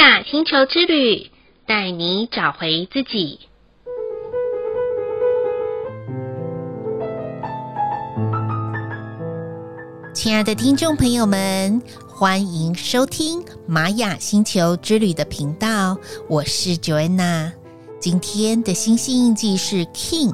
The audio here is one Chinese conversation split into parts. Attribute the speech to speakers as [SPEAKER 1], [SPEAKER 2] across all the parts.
[SPEAKER 1] 雅星球之旅，带你找回自己。
[SPEAKER 2] 亲爱的听众朋友们，欢迎收听玛雅星球之旅的频道，我是 Joanna。 今天的星系印记是 King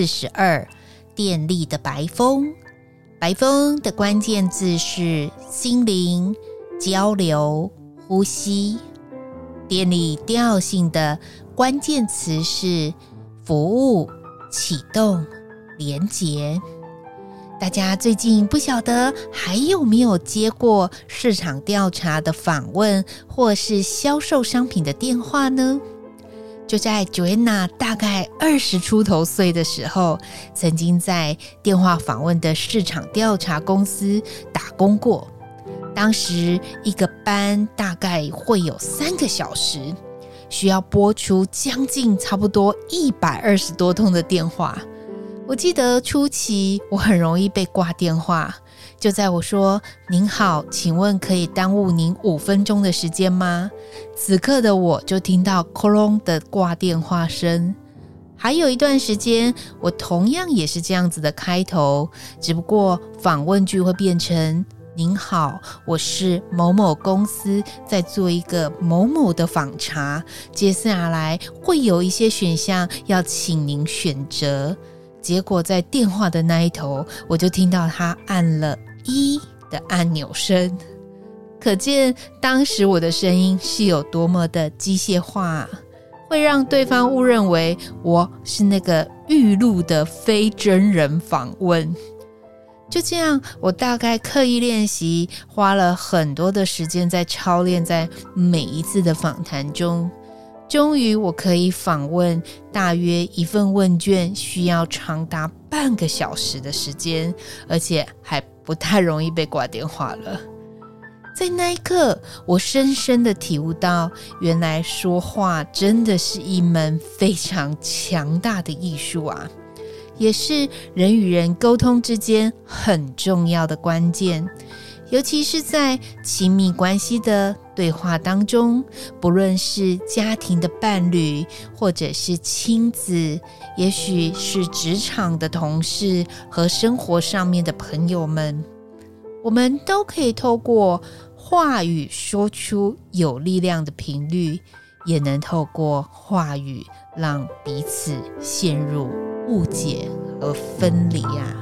[SPEAKER 2] 42，电力的白风。白风的关键字是心灵、交流、呼吸。电力调性的关键词是服务、启动、连结。大家最近不晓得还有没有接过市场调查的访问或是销售商品的电话呢？就在 Joanna 大概20出头岁的时候，曾经在电话访问的市场调查公司打工过。当时一个班大概会有3个小时，需要拨出将近差不多120多通的电话。我记得初期我很容易被挂电话，就在我说您好，请问可以耽误您5分钟的时间吗？此刻的我就听到哐隆的挂电话声。还有一段时间我同样也是这样子的开头，只不过访问句会变成您好，我是某某公司在做一个某某的访查，接下来会有一些选项要请您选择。结果在电话的那一头，我就听到他按了1的按钮声，可见当时我的声音是有多么的机械化，会让对方误认为我是那个预录的非真人访问。就这样，我大概刻意练习，花了很多的时间在操练，在每一次的访谈中，终于我可以访问大约一份问卷需要长达半个小时的时间，而且还不太容易被挂电话了。在那一刻，我深深的体悟到，原来说话真的是一门非常强大的艺术啊，也是人与人沟通之间很重要的关键。尤其是在亲密关系的对话当中，不论是家庭的伴侣，或者是亲子，也许是职场的同事和生活上面的朋友们，我们都可以透过话语说出有力量的频率，也能透过话语让彼此陷入误解和分离啊。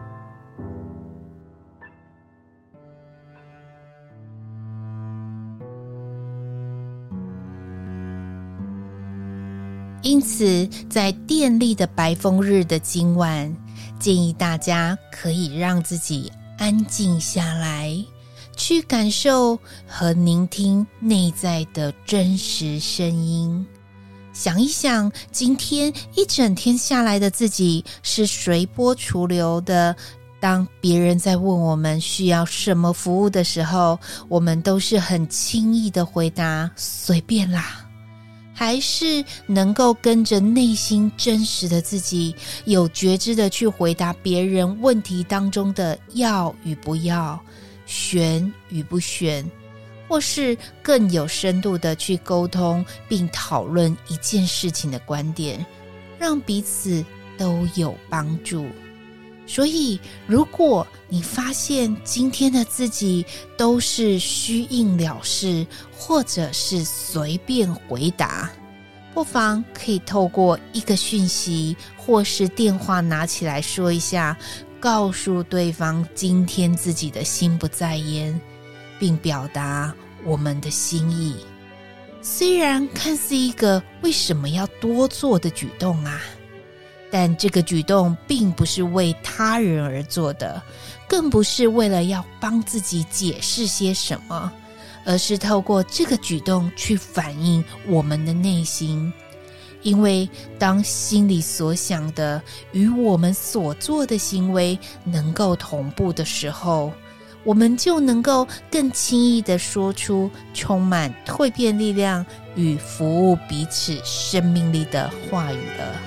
[SPEAKER 2] 因此，在电力的白风日的今晚，建议大家可以让自己安静下来，去感受和聆听内在的真实声音。想一想，今天一整天下来的自己是随波逐流的。当别人在问我们需要什么服务的时候，我们都是很轻易的回答随便啦，还是能够跟着内心真实的自己，有觉知的去回答别人问题当中的要与不要，选与不选，或是更有深度的去沟通并讨论一件事情的观点，让彼此都有帮助。所以如果你发现今天的自己都是虚应了事，或者是随便回答，不妨可以透过一个讯息或是电话拿起来说一下，告诉对方今天自己的心不在焉，并表达我们的心意。虽然看似一个为什么要多做的举动啊，但这个举动并不是为他人而做的，更不是为了要帮自己解释些什么，而是透过这个举动去反映我们的内心。因为当心里所想的与我们所做的行为能够同步的时候，我们就能够更轻易地说出充满蜕变力量与服务彼此生命力的话语了。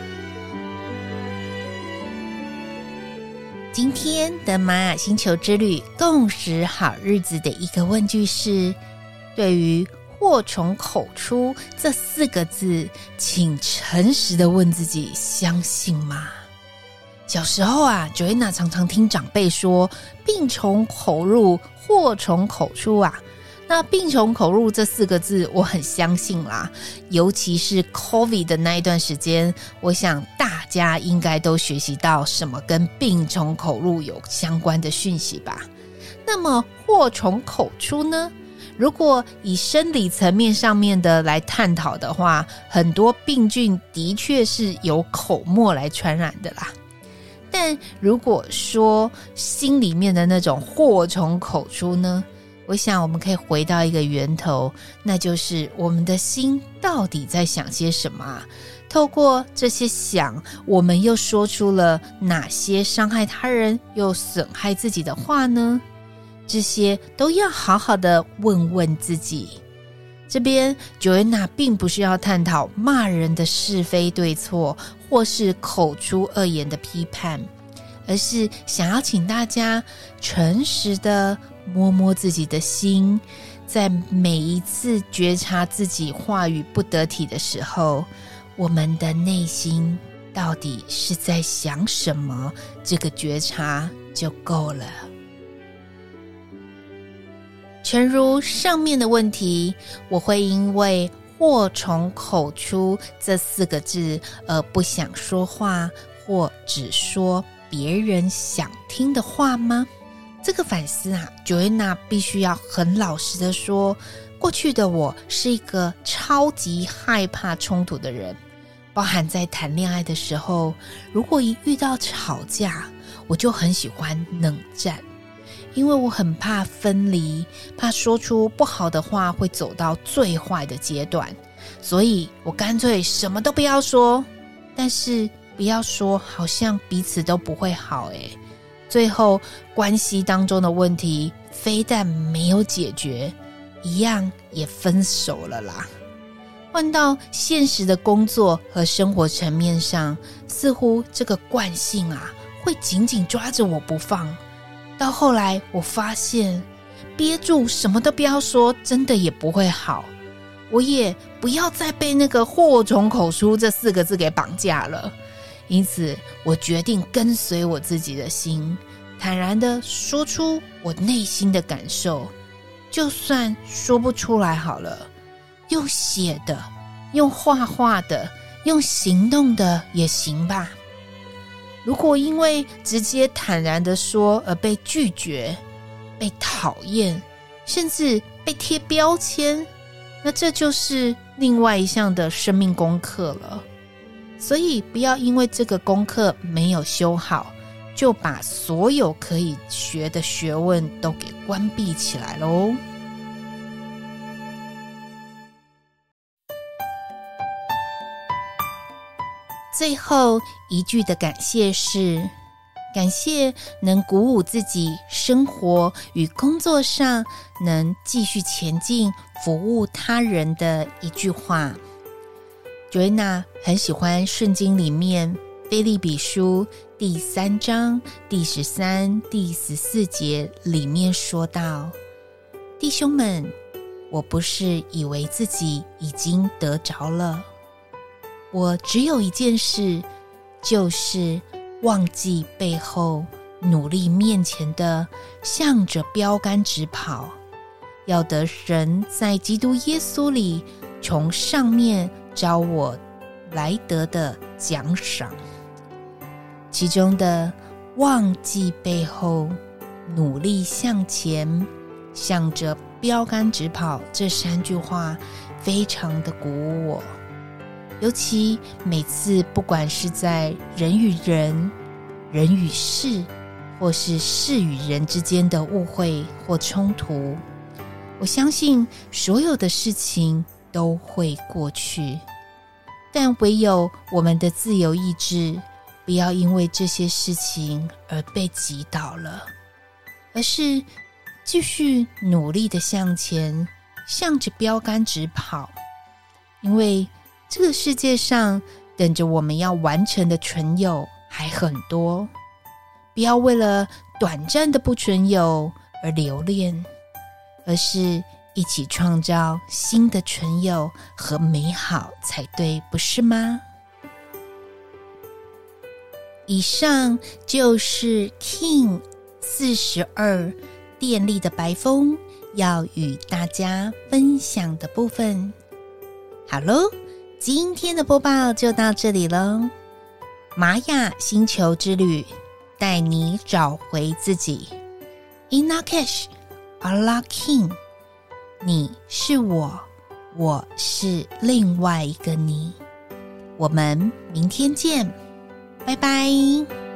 [SPEAKER 2] 今天的玛雅星球之旅共识好日子的一个问句是：对于祸从口出这4个字，请诚实的问自己，相信吗？小时候啊，Joanna 常常听长辈说病从口入，祸从口出啊。那病从口入这4个字我很相信啦，尤其是 COVID 的那一段时间，我想大家应该都学习到什么跟病从口入有相关的讯息吧。那么祸从口出呢？如果以生理层面上面的来探讨的话，很多病菌的确是由口沫来传染的啦。但如果说心里面的那种祸从口出呢，我想我们可以回到一个源头，那就是我们的心到底在想些什么啊？透过这些想，我们又说出了哪些伤害他人又损害自己的话呢？这些都要好好的问问自己。这边 Joanna 并不是要探讨骂人的是非对错，或是口出恶言的批判，而是想要请大家诚实的摸摸自己的心，在每一次觉察自己话语不得体的时候，我们的内心到底是在想什么，这个觉察就够了。诚如上面的问题，我会因为祸从口出这4个字而不想说话，或只说别人想听的话吗？这个反思啊 Joanna 必须要很老实的说，过去的我是一个超级害怕冲突的人，包含在谈恋爱的时候，如果一遇到吵架，我就很喜欢冷战，因为我很怕分离，怕说出不好的话会走到最坏的阶段，所以我干脆什么都不要说。但是不要说好像彼此都不会好最后关系当中的问题非但没有解决，一样也分手了啦。换到现实的工作和生活层面上，似乎这个惯性啊会紧紧抓着我不放。到后来我发现憋住什么都不要说真的也不会好，我也不要再被那个祸从口出这4个字给绑架了。因此我决定跟随我自己的心，坦然地说出我内心的感受，就算说不出来好了，用写的，用画画的，用行动的也行吧。如果因为直接坦然地说而被拒绝，被讨厌，甚至被贴标签，那这就是另外一项的生命功课了。所以不要因为这个功课没有修好，就把所有可以学的学问都给关闭起来咯。最后一句的感谢是，感谢能鼓舞自己生活与工作上能继续前进，服务他人的一句话。Joanna 很喜欢圣经里面腓立比书第3章第13、第14节里面说到，弟兄们，我不是以为自己已经得着了，我只有一件事，就是忘记背后，努力面前的，向着标杆直跑，要得神在基督耶稣里从上面招我来得的奖赏。其中的忘记背后，努力向前，向着标杆直跑，这3句话非常的鼓舞我。尤其每次不管是在人与人、人与事，或是事与人之间的误会或冲突，我相信所有的事情都会过去，但唯有我们的自由意志，不要因为这些事情而被击倒了，而是继续努力的向前，向着标杆直跑。因为这个世界上等着我们要完成的存有还很多，不要为了短暂的不存有而留恋，而是一起创造新的存有和美好才对，不是吗？以上就是 King 42电力的白风要与大家分享的部分。好咯，今天的播报就到这里咯。玛雅星球之旅，带你找回自己。 Innakesh Allah King， 你是我，我是另外一个你。我们明天见，拜拜。